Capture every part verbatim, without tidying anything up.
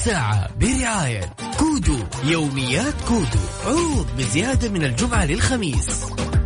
الساعة برعاية كودو. يوميات كودو، عروض بزيادة من الجمعة للخميس.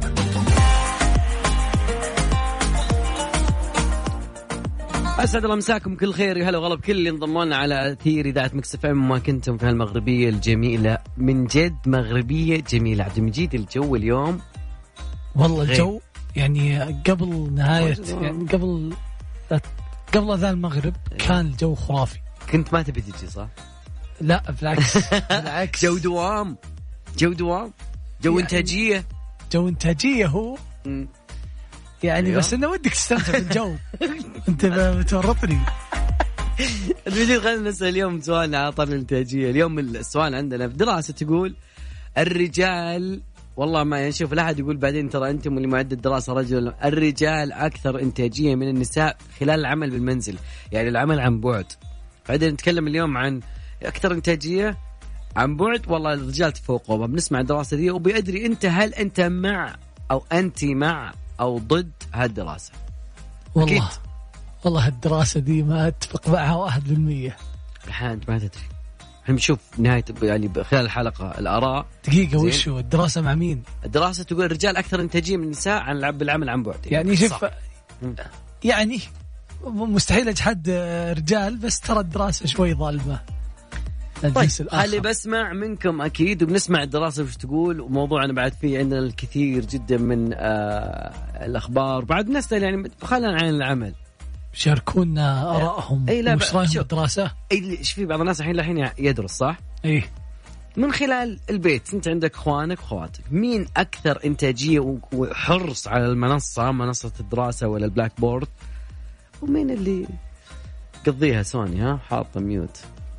أسعد الله مساكم كل خير، يا هلا وغلا بكل اللي انضموا لنا على أثير إذاعة مكس اف ام. ما كنتم في هالمغربية الجميلة، من جد مغربية جميلة. عبد المجيد الجو اليوم والله الجو يعني قبل نهاية يعني قبل قبل أذان المغرب كان الجو خرافي. كنت ما تبي تجي صح؟ لا بالعكس بالعكس جو دوام جو دوام جو يعني إنتاجية جو إنتاجية هو م. يعني أيوه. بس أنا ودك تستمتع بالجو. أنت بتورطني. المجيد خلينا نسأل اليوم سؤالنا على طار الإنتاجية. اليوم السؤال عندنا في دراسة تقول الرجال، والله ما يشوف لا أحد يقول بعدين ترى أنتم اللي معد الدراسة رجل، الرجال أكثر إنتاجية من النساء خلال العمل بالمنزل، يعني العمل عن بعد. بعدين نتكلم اليوم عن أكثر إنتاجية عن بعد. والله الرجال تفوقوا. بنسمع الدراسة دي وبيدري أنت هل أنت مع أو أنت مع أو ضد هالدراسة؟ والله أكيد. والله الدراسة دي ما أتفق معها واحد بالمية. الحين ما تدري، احنا بنشوف نهاية يعني خلال الحلقة الآراء. دقيقة وش هو الدراسة مع مين؟ الدراسة تقول الرجال أكثر إنتاجية من النساء عن العب بالعمل عن بعد. يعني شوف يعني مستحيل أجحد رجال، بس ترى الدراسة شوي ظالمة. طيب خلي بسمع منكم أكيد، وبنسمع الدراسة وش تقول. وموضوعنا بعد فيه عندنا الكثير جدا من آه الأخبار. بعد نسأل يعني خلينا عن العمل، شاركونا آرائهم وش رأيهم بالدراسة. ايش في بعض الناس الحين الحين يدرس صح؟ ايه من خلال البيت. انت عندك اخوانك واخواتك، مين اكثر انتاجيه وحرص على المنصه، منصه الدراسه ولا البلاك بورد، ومين اللي قضيها سوني ها حاطه ميوت؟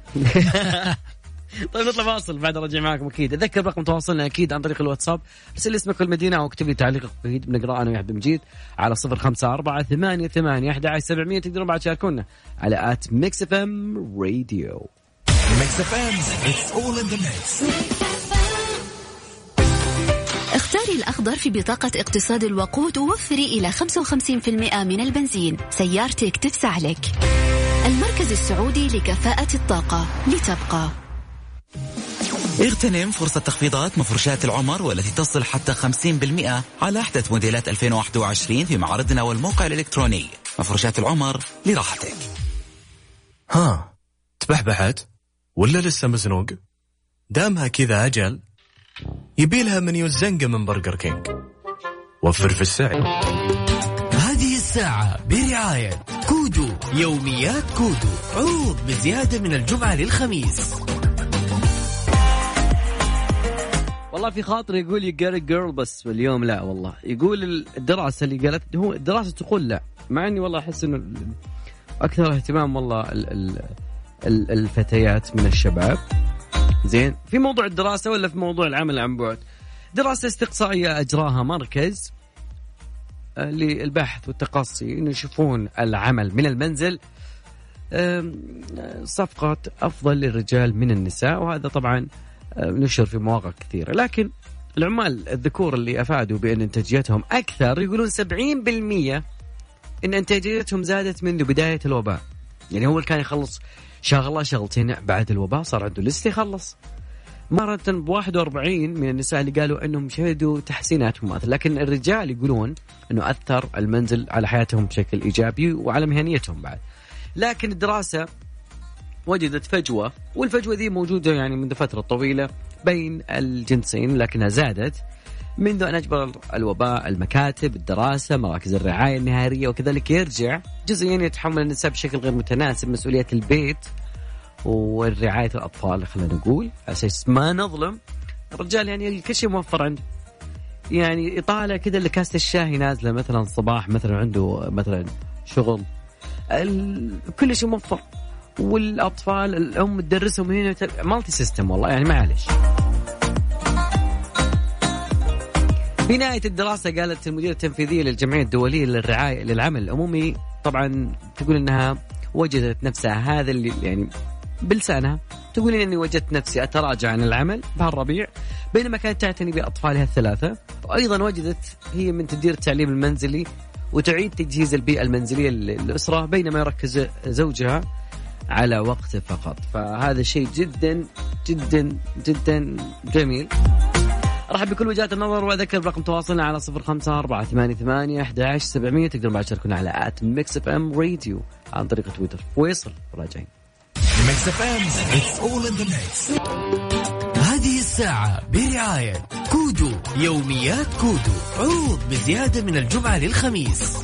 طيب نطلع فاصل، بعد رجع معكم اكيد. اذكر رقم تواصلنا اكيد عن طريق الواتساب، ارسل اسمك والمدينه او اكتب لي تعليقك اكيد بنقراه انا ويا عبد المجيد على صفر خمسة أربعة ثمانية ثمانية أحد عشر سبعمية. تقدرون بعد تشاركونا على آت ميكس اف ام راديو. ميكس اف ام it's all in the mix. اختاري الأخضر في بطاقة اقتصاد الوقود ووفري إلى خمسة وخمسين بالمئة من البنزين. سيارتك تفسع لك. المركز السعودي لكفاءة الطاقة لتبقى. اغتنم فرصة تخفيضات مفروشات العمر والتي تصل حتى خمسين بالمئة على أحدث موديلات ألفين وواحد وعشرين في معرضنا والموقع الإلكتروني. مفروشات العمر لراحتك. ها تبحبحت ولا لسه مزنوق؟ دامها كذا أجل يبيلها منيو الزنقة من برجر كينج. وفر في السعر. هذه الساعة برعاية كودو. يوميات كودو، عروض بزيادة من الجمعة للخميس. والله في خاطر يقول you get a girl، بس اليوم لا. والله يقول الدراسة اللي قالت، هو الدراسة تقول لا، مع اني والله احس انه اكثر اهتمام والله ال ال ال الفتيات من الشباب. زين في موضوع الدراسة ولا في موضوع العمل عن بعد؟ دراسة استقصائية اجراها مركز للبحث والتقصي انه يشوفون العمل من المنزل صفقة افضل للرجال من النساء، وهذا طبعا نشر في مواقع كثيرة. لكن العمال الذكور اللي أفادوا بأن إنتاجيتهم أكثر يقولون سبعين بالمئة إن إنتاجيتهم زادت منذ بداية الوباء. يعني هو كان يخلص شغلة شغلتين بعد الوباء صار عنده لسه يخلص. مرة بواحد وأربعين من النساء اللي قالوا أنهم شهدوا تحسينات في المماثل. لكن الرجال يقولون أنه أثر المنزل على حياتهم بشكل إيجابي وعلى مهنيتهم بعد. لكن الدراسة وجدت فجوة، والفجوة ذي موجودة يعني منذ فترة طويلة بين الجنسين، لكنها زادت منذ أن أجبر الوباء المكاتب، الدراسة، مراكز الرعاية النهارية، وكذلك يرجع جزئيا يتحمل النساء بشكل غير متناسب مسؤولية البيت والرعاية الأطفال. خلينا نقول أساس ما نظلم الرجال، يعني كل شيء موفر عنده. يعني يطالع كذا اللي كاسة الشاهي نازلة مثلا الصباح، مثلا عنده مثلا شغل، كل شيء موفر، والأطفال الأم تدرسهم هنا مالتي سيستم. والله يعني معلش. في نهاية الدراسة قالت المديرة التنفيذية للجمعية الدولية للرعاية للعمل العمومي، طبعا تقول إنها وجدت نفسها هذا اللي يعني بلسانها تقول إني وجدت نفسي أتراجع عن العمل بهالربيع بينما كانت تعتني بأطفالها الثلاثة. وأيضا وجدت هي من تدير التعليم المنزلي وتعيد تجهيز البيئة المنزلية للأسرة بينما يركز زوجها على وقته فقط. فهذا شيء جدا جدا جدا جميل. رحب بكل وجهات النظر، وأذكر برقم تواصلنا على صفر خمسة أربعة ثمانية ثمانية أحد عشر سبعمية. تقدر بعد تشاركونا على آت ميكس اف ام راديو عن طريق تويتر. ويصل راجعين. ميكس اف ام it's all in the mix. هذه الساعة برعاية كودو. يوميات كودو، عروض بزيادة من الجمعة للخميس.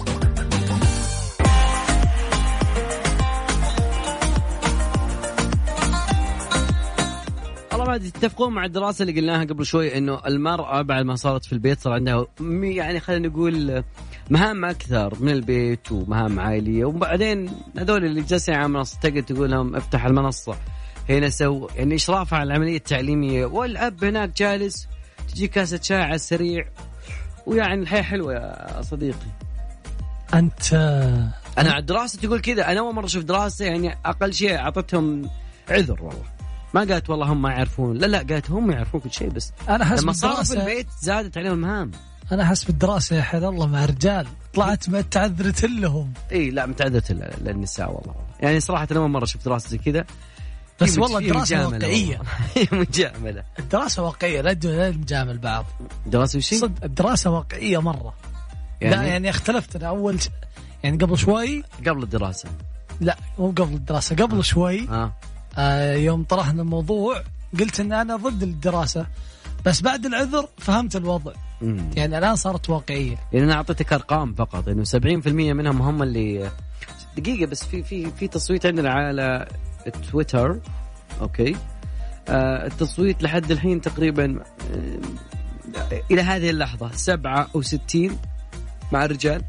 بعد تتفقون مع الدراسة اللي قلناها قبل شوي إنه المرأة بعد ما صارت في البيت صار عندها يعني خلينا نقول مهام أكثر من البيت ومهام عائلية، وبعدين هذول اللي جالسين على المنصة تقدر تقول لهم افتح المنصة هنا سو يعني إشراف على العملية التعليمية، والأب هناك جالس تجي كاسة شاي على السريع، ويعني الحياة حلوة يا صديقي. أنت أنا على الدراسة تقول كذا. أنا أول مرة أشوف دراسة يعني أقل شيء أعطتهم عذر، والله ما قالت والله هم ما يعرفون، لا لا قالت هم يعرفون كل شيء، بس أنا حسب لما صاروا في البيت زادت عليهم المهام. أنا حسب الدراسة يا حد الله مع رجال طلعت ما تعذرت لهم. إيه لا متعذرت للنساء والله. يعني صراحة أنا أول مرة شفت دراسة زي كذا، بس والله الدراسة واقعية. مجاملة. الدراسة واقعية، لا لا نجامل بعض. دراسة وشي؟ صد الدراسة واقعية مرة. يعني لا يعني اختلفت أنا أول ش... يعني قبل شوي قبل الدراسة. لا مو قبل الدراسة، قبل آه. شوي آه. آه يوم طرحنا الموضوع قلت إن أنا ضد الدراسة، بس بعد العذر فهمت الوضع. مم. يعني الآن صارت واقعية. يعني أنا أعطيتك أرقام فقط إنه سبعين في المية منهم هم اللي دقيقة بس في في في تصويت عندنا على تويتر. أوكي. آه التصويت لحد الحين تقريبا آه إلى هذه اللحظة سبعة وستين مع الرجال،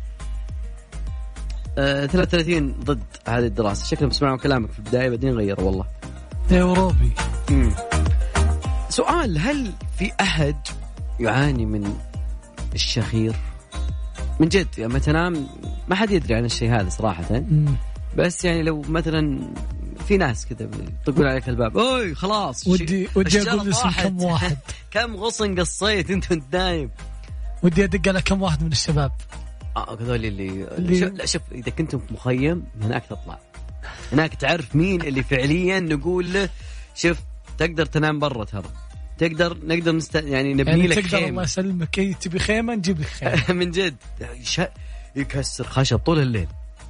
آه ثلاثة وثلاثين ضد هذه الدراسة. شكلهم سمعوا كلامك في البداية بعدين غيروا والله. يا أوروبي. مم. سؤال، هل في أحد يعاني من الشخير من جد؟ يعني ما تنام ما حد يدري عن الشيء هذا صراحة. مم. بس يعني لو مثلا في ناس كذا تقول عليك الباب اوي خلاص ودي ودي اقول اسم كم واحد كم غصن قصيت انت وانت نايم، ودي ادق على كم واحد من الشباب اه هذول اللي, اللي... لا شوف اذا كنتم في مخيم هناك تطلع هناك تعرف مين اللي فعليا نقول له شوف تقدر تنام برا، ترى تقدر نقدر نست... يعني نبني يعني لك تقدر خيمة. الله يسلمك اي تبي خيمه نجيب لك خيمه من جد ش... يكسر خشب طول الليل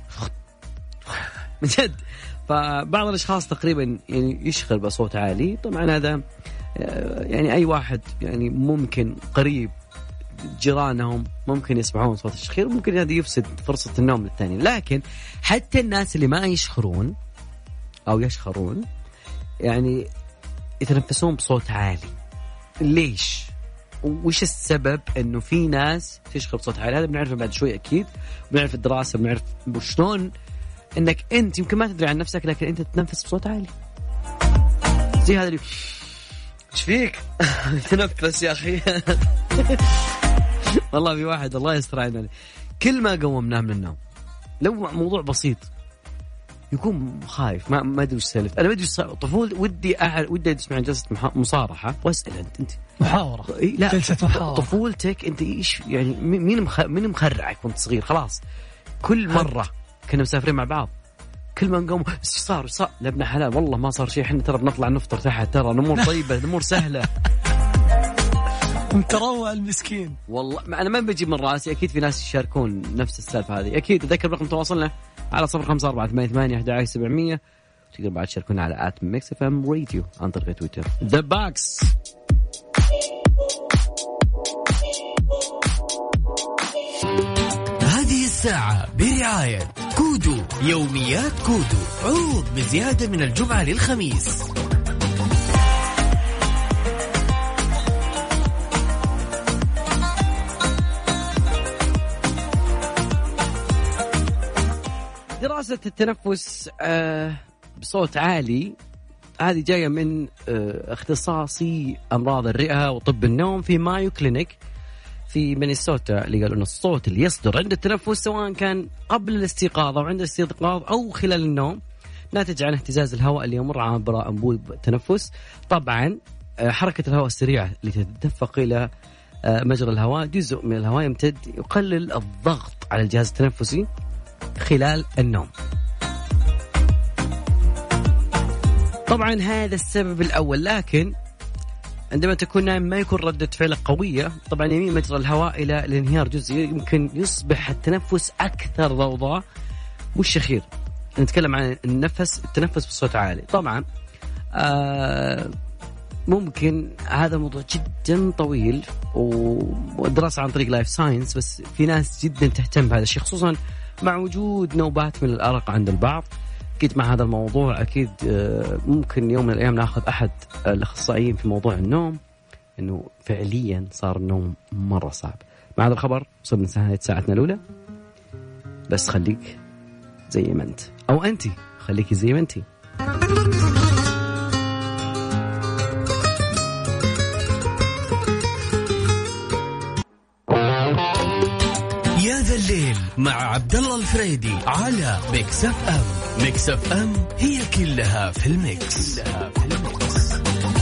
من جد. فبعض الاشخاص تقريبا يعني يشخر بصوت عالي. طبعا هذا يعني اي واحد يعني ممكن قريب جيرانهم ممكن يسمعون صوت الشخير، ممكن هذا يفسد فرصة النوم للثاني. لكن حتى الناس اللي ما يشخرون او يشخرون يعني يتنفسون بصوت عالي. ليش؟ وش السبب انه في ناس تشخر بصوت عالي؟ هذا بنعرفه بعد شوي اكيد، بنعرف الدراسة، بنعرف شلون انك انت يمكن ما تدري عن نفسك لكن انت تتنفس بصوت عالي زي هذا اللي ايش فيك تنفس يا اخي والله في واحد الله يستر علينا كل ما قومناه من النوم لو موضوع بسيط يكون خايف ما ما ادري وش سالفته. انا ما ادري طفول ودي أعل ودي اسمع جلسه مصارحه واسال انت انت محاوره إيه لا جلسه محاوره طفولتك انت ايش يعني مين مخ... مين مخرعك وانت صغير؟ خلاص كل مره كنا مسافرين مع بعض كل ما نقوم صار صار لابن حلال والله ما صار شيء، احنا ترى بنطلع نفطر تحت، ترى الامور طيبه الامور سهله متروع المسكين والله. انا ما بجيب من راسي، اكيد في ناس يشاركون نفس السالفه هذه. اكيد ذكر رقم تواصلنا على صفر خمسة أربعة ثمانية ثمانية أحد عشر سبعمية. تقدر بعد تشاركونا على آت ميكس اف ام راديو عن طريق تويتر. ذا باكس هذه الساعة برعاية كودو. يوميات كودو، عروض بزيادة من الجمعة للخميس. دراسة التنفس آه بصوت عالي هذه جاية من آه اختصاصي أمراض الرئة وطب النوم في مايو كلينيك في مينيسوتا، اللي قالوا أن الصوت اللي يصدر عند التنفس سواء كان قبل الاستيقاظ أو عند الاستيقاظ أو خلال النوم ناتج عن اهتزاز الهواء اللي يمر عبر أنبوب التنفس. طبعا آه حركة الهواء السريعة اللي تتدفق إلى آه مجرى الهواء، جزء من الهواء يمتد يقلل الضغط على الجهاز التنفسي خلال النوم. طبعا هذا السبب الأول. لكن عندما تكون نايم ما يكون ردة فعلك قوية، طبعا يميل مجرى الهواء إلى الانهيار جزئي، يمكن يصبح التنفس أكثر ضوضاء والشخير. نتكلم عن النفس التنفس بصوت عالي. طبعا آه ممكن هذا موضوع جدا طويل ودراسة عن طريق لايف ساينس، بس في ناس جدا تهتم بهذا الشيء، خصوصا مع وجود نوبات من الأرق عند البعض. أكيد مع هذا الموضوع أكيد ممكن يوم من الأيام نأخذ أحد الأخصائيين في موضوع النوم، إنه فعليا صار النوم مرة صعب. مع هذا الخبر وصلنا نهاية ساعتنا الأولى، بس خليك زي ما أنت، أو أنتي خليكي زي ما أنتي. يا ذا الليل مع عبد الله الفريدي على ميكس اف ام. ميكس اف ام هي كلها في الميكس, كلها في الميكس.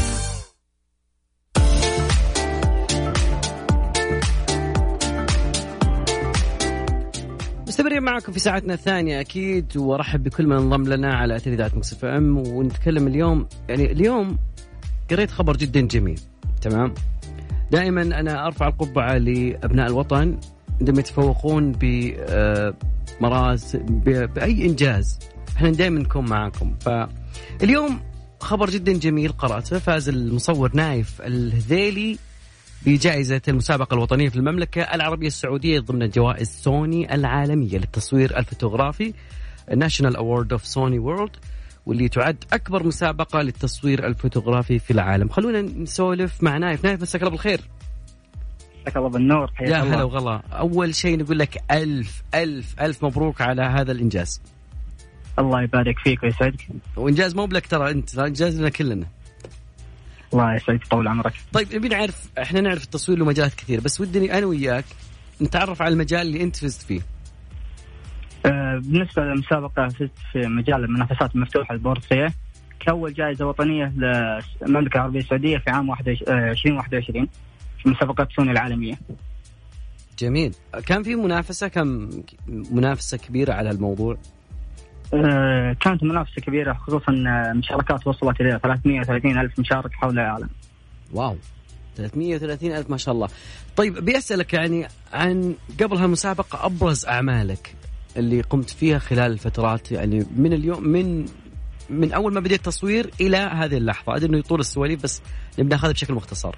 مستمرين معكم في ساعتنا الثانية أكيد، وأرحب بكل من انضم لنا على أثير ميكس اف ام. ونتكلم اليوم، يعني اليوم قريت خبر جدا جميل. تمام، دائما أنا أرفع القبعة لأبناء الوطن عندما يتفوقون بمراس بأي إنجاز، احنا دائما نكون معاكم. فاليوم خبر جدا جميل قرأته، فاز المصور نايف الهذيلي بجائزة المسابقة الوطنية في المملكة العربية السعودية ضمن جوائز سوني العالمية للتصوير الفوتوغرافي National Award of Sony World، واللي تعد أكبر مسابقة للتصوير الفوتوغرافي في العالم. خلونا نسولف مع نايف. نايف مساك الله بالخير. مساك الله بالنور. يا هلا وغلا. أول شيء نقول لك ألف ألف ألف مبروك على هذا الإنجاز. الله يبارك فيك ويسعدك. وإنجاز مو بلك ترى أنت، إنجاز لنا كلنا. الله يسعدك طول عمرك. طيب نبي نعرف، احنا نعرف التصوير له مجالات كثير، بس ودني أنا وياك نتعرف على المجال اللي أنت فزت فيه. أه بالنسبة للمسابقة فزت في مجال المنافسات المفتوحة البورصية كأول جائزة وطنية للمملكة العربية السعودية في عام عشرين واحد وعشرين في مسابقات سوني العالمية. جميل. كان في منافسة، كم منافسة كبيرة على الموضوع؟ أه كانت منافسة كبيرة، خصوصا مشاركات وصلت إلى ثلاثمائة وثلاثين ألف مشارك حول العالم. واو، ثلاثمائة وثلاثين ألف ما شاء الله. طيب بيسألك يعني عن قبل هالمسابقة أبرز أعمالك اللي قمت فيها خلال الفترات، يعني من اليوم من من أول ما بديت تصوير إلى هذه اللحظة. أدري إنه يطول السواليف بس نبدأ ناخذها بشكل مختصر.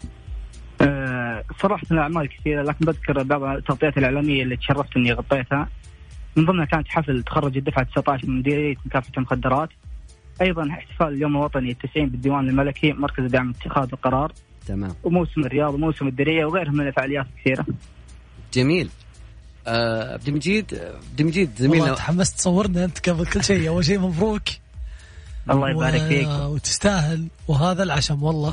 أه صراحة الأعمال كثيرة، لكن بذكر بعض التغطيات الإعلامية اللي تشرفت إني غطيتها. من ضمنها كانت حفل تخرج الدفعة تسعة عشر من مديرية مكافحة المخدرات، أيضا احتفال اليوم الوطني التسعين بالديوان الملكي مركز دعم اتخاذ القرار. تمام. وموسم الرياض وموسم الدرية وغيرها من الفعاليات كثيرة. جميل. آه، عبد المجيد عبد المجيد زميلنا، والله تحمست تصورنا أنت قبل كل شيء. أول شيء مبروك. الله يبارك فيك. وتستاهل، وهذا العشم والله.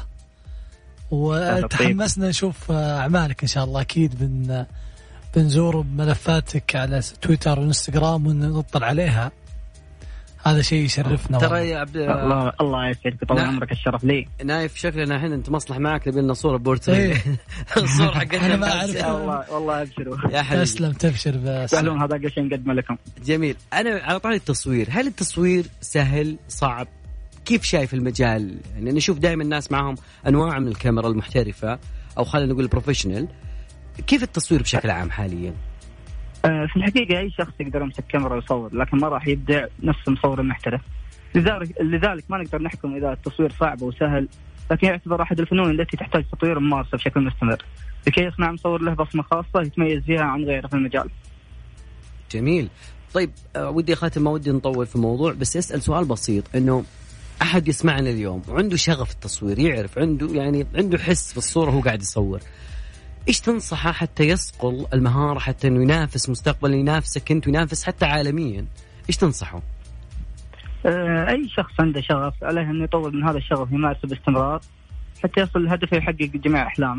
وتحمسنا نشوف أعمالك إن شاء الله. أكيد بن بنزور بملفاتك على تويتر وإنستغرام ونطلع عليها. هذا شيء يشرفنا ترى يا عبد الله. الله يسعدك طول عمرك، الشرف لي. نايف شكلنا الحين انت مصلح معك، نبي لنا صوره بورتريه. ايه. الصوره حقتنا انا ما اعرف والله. والله ابشروا يا حبيبي. تسلم، تبشر بس. سهلون، هذا قشة نقدم لكم. جميل. انا على طاري التصوير، هل التصوير سهل صعب؟ كيف شايف المجال؟ يعني نشوف دائما الناس معهم انواع من الكاميرا المحترفه او خلينا نقول البروفيشنال. كيف التصوير بشكل عام حاليا؟ في الحقيقة أي شخص يقدر يمسك كاميرا ويصور، لكن ما راح يبدع نفس المصور المحترف. لذلك لذلك ما نقدر نحكم إذا التصوير صعب أو سهل، لكن يعتبر أحد الفنون التي تحتاج تطوير ممارسة بشكل مستمر لكي يصنع مصور له بصمة خاصة يتميز فيها عن غيره في المجال. جميل. طيب ودي أخاتم، ما ودي نطول في الموضوع، بس أسأل سؤال بسيط. إنه أحد يسمعنا اليوم وعنده شغف التصوير، يعرف عنده يعني عنده حس في الصورة هو قاعد يصور، إيش تنصحه حتى يصقل المهارة، حتى إنه ينافس مستقبلا، ينافسك أنت وينافس حتى عالميا؟ إيش تنصحه؟ أه أي شخص عنده شغف عليه أن يطور من هذا الشغف، يمارسه باستمرار حتى يصل لهدفه، يحقق جميع أحلامه.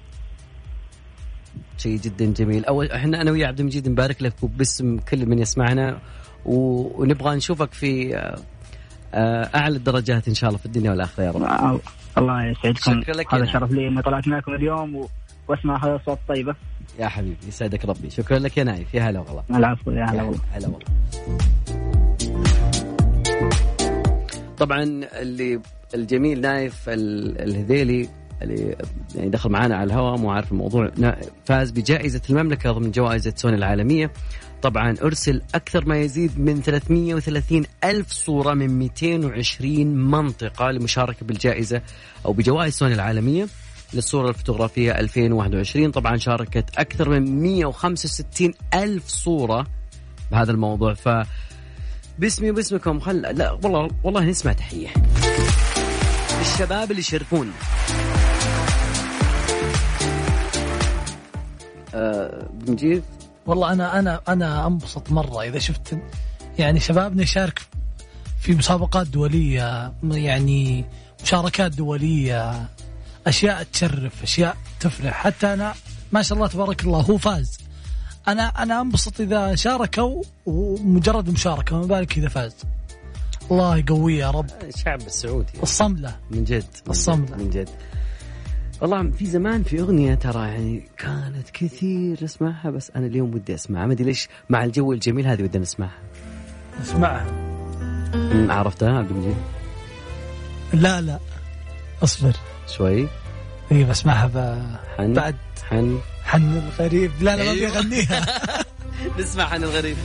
شيء جدا جميل. أول إحنا أنا ويا عبد المجيد نبارك لك وباسم كل من يسمعنا، ونبغى نشوفك في أعلى الدرجات إن شاء الله في الدنيا والآخرة يا رب. الله يسعدكم. هذا شرف لي إني طلعت معكم اليوم و... واسمع هذا الصوت طيبة. يا حبيبي يسعدك ربي. شكرا لك يا نايف. يا هلا والله. العفو. يا هلا والله. هلا والله. طبعا اللي الجميل نايف الهذيلي اللي يعني دخل معنا على الهواء مو عارف الموضوع، فاز بجائزة المملكة ضمن جوائز سوني العالمية. طبعا أرسل أكثر ما يزيد من ثلاثمئة وثلاثين ألف صورة من مئتين وعشرين منطقة لمشاركة بالجائزة أو بجوائز سوني العالمية للصورة الفوتوغرافية ألفين وواحد وعشرين. طبعا شاركت أكثر من مئة وخمسة وستين ألف صورة بهذا الموضوع. ف باسمي وباسمكم خل لا والله والله نسمع تحية الشباب اللي يشرفون. أه بنجيب والله أنا أنا أنا أنبسط مرة إذا شفت يعني شبابنا يشارك في مسابقات دولية، يعني مشاركات دولية، أشياء تشرف، أشياء تفرح. حتى أنا ما شاء الله تبارك الله هو فاز، أنا أنا أنبسط إذا شاركوا ومجرد مشاركة، ما بالك إذا فاز. الله يقويه يا رب الشعب السعودي الصملة من جد الصملة من جد. والله في زمان في أغنية ترى يعني كانت كثير اسمعها، بس أنا اليوم ودي أسمعها، ما أدري ليش مع الجو الجميل هذه ودي نسمعها. اسمعها. عرفتها عبد المجيد؟ لا لا أصبر شوي. إيه بسمعها حن بعد حن حن الغريب. لا لا ما بيغنيها. نسمع حن الغريب.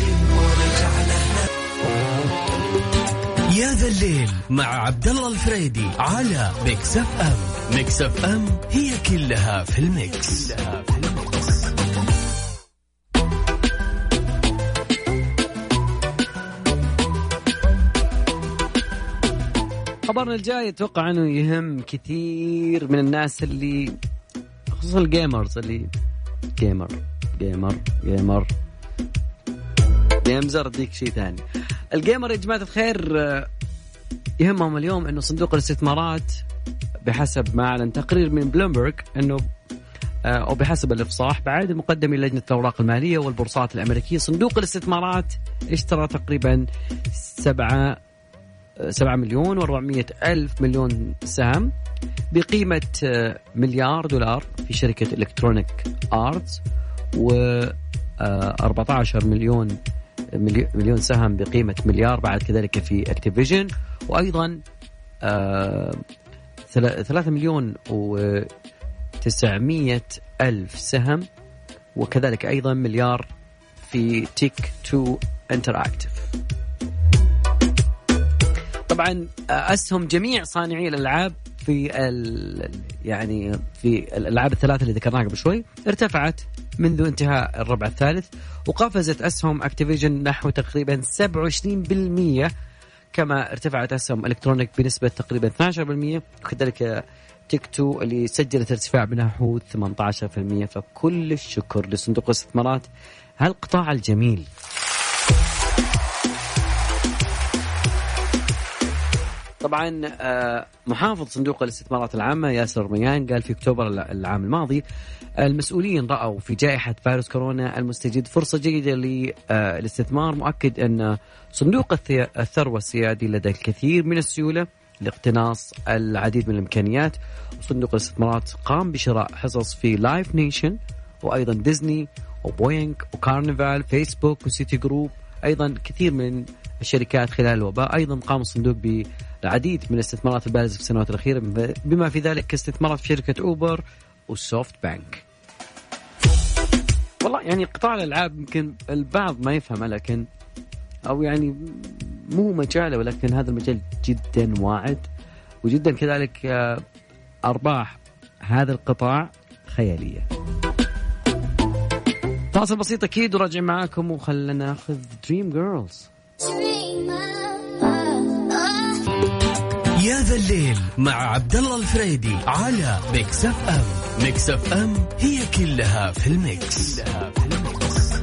يا ذا الليل مع عبد الله الفريدي على ميكس اف ام. ميكس اف ام هي كلها في الميكس, كلها في الميكس. خبرنا الجاي اتوقع انه يهم كثير من الناس اللي خصوصا الجيمرز اللي جيمر جيمر جيمر جيمزر ديك شيء ثاني. الجيمر يا جماعة الخير يهمهم اليوم انه صندوق الاستثمارات بحسب ما اعلن تقرير من بلومبرج انه او بحسب الافصاح بعد المقدم الى لجنة الاوراق المالية والبورصات الامريكية، صندوق الاستثمارات اشترى تقريبا سبعة سبعة مليون وأربعمائة ألف مليون سهم بقيمة مليار دولار في شركة إلكترونيك آرتس، و أربعة عشر مليون مليون سهم بقيمة مليار بعد كذلك في أكتيفيجن، وأيضا ثلاثة مليون وتسعمائة ألف سهم وكذلك أيضا مليار في تيك تو انتراكتيف. طبعا أسهم جميع صانعي الألعاب في يعني في الألعاب الثلاثة اللي ذكرناها قبل شوي ارتفعت منذ انتهاء الربع الثالث، وقفزت أسهم أكتيفيجن نحو تقريبا سبعة وعشرين بالمئة، كما ارتفعت أسهم إلكترونيك بنسبة تقريبا اثني عشر بالمئة، وكذلك تيك تو اللي سجلت ارتفاع بنحو ثمانية عشر بالمئة. فكل الشكر لصندوق الاستثمارات هالقطاع الجميل. طبعا محافظ صندوق الاستثمارات العامة ياسر رميان قال في أكتوبر العام الماضي المسؤولين رأوا في جائحة فيروس كورونا المستجد فرصة جيدة للاستثمار، مؤكد أن صندوق الثروة السيادي لدى الكثير من السيولة لاقتناص العديد من الإمكانيات. وصندوق الاستثمارات قام بشراء حصص في لايف نيشن وأيضا ديزني وبوينغ وكارنفال فيسبوك وسيتي جروب، أيضا كثير من الشركات خلال الوباء. أيضا قام الصندوق بالعديد من الاستثمارات البارزة في السنوات الأخيرة بما في ذلك استثمارات في شركة أوبر والسوفت بانك. والله يعني قطاع الألعاب يمكن البعض ما يفهم، لكن أو يعني مو مجاله، ولكن هذا المجال جدا واعد وجدا كذلك أرباح هذا القطاع خيالية. فاصل بسيط أكيد وراجع معاكم وخلنا ناخذ دريم جيرلز. يا ذا الليل مع عبد الله الفريدي على ميكس اف ام. ميكس اف ام هي كلها في الميكس, كلها في الميكس.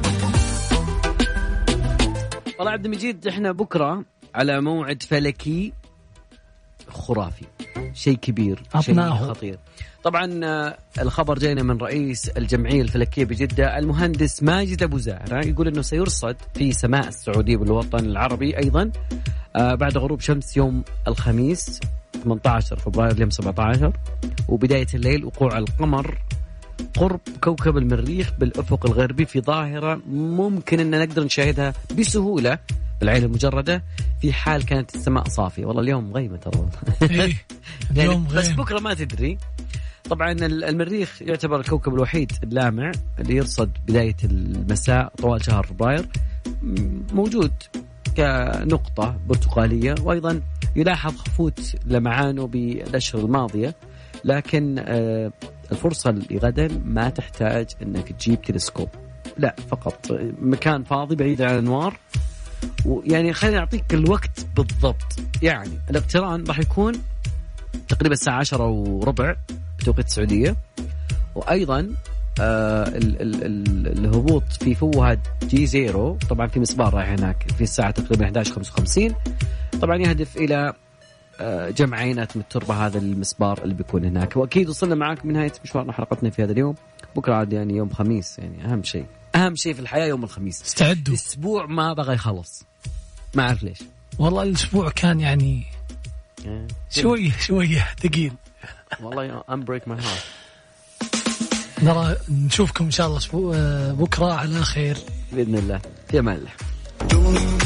والله عبد المجيد احنا بكرة على موعد فلكي خرافي، شيء كبير شيء خطير. طبعا الخبر جاينا من رئيس الجمعية الفلكية بجدة المهندس ماجد أبو زهرة، يقول أنه سيرصد في سماء السعودية بالوطن العربي أيضا بعد غروب شمس يوم الخميس ثمانية عشر فبراير اليوم سبعة عشر وبداية الليل وقوع القمر قرب كوكب المريخ بالأفق الغربي في ظاهرة ممكن أن نقدر نشاهدها بسهولة بالعين المجردة في حال كانت السماء صافية. والله اليوم مغيمة ترى إيه اليوم يعني بس بكرة ما تدري. طبعا المريخ يعتبر الكوكب الوحيد اللامع اللي يرصد بداية المساء طوال شهر فبراير، موجود كنقطة برتقالية، وأيضا يلاحظ خفوت لمعانه بالأشهر الماضية. لكن الفرصة اللي غدا ما تحتاج أنك تجيب تلسكوب، لا فقط مكان فاضي بعيد عن الأنوار. ويعني خلينا نعطيك الوقت بالضبط. يعني الاقتران راح يكون تقريبا الساعة عشرة وربع بتوقيت السعودية، وأيضا آه ال ال ال الهبوط في فوهة جي زيرو طبعا في مسبار رايح هناك في الساعة تقريبا إحدى عشر وخمسة وخمسين، طبعا يهدف إلى آه جمع عينات من التربة هذا المسبار اللي بيكون هناك. وأكيد وصلنا معاك من نهاية مشوارنا حلقتنا في هذا اليوم. بكرة عاد يعني يوم خميس، يعني أهم شيء أهم شيء في الحياة يوم الخميس. استعدوا، الأسبوع ما بغى يخلص، ما أعرف ليش والله. الأسبوع كان يعني شوية شوية ثقيل والله. I'm break my heart. نرى نشوفكم إن شاء الله أسبوع بكرة على خير بإذن الله. في أمان الله.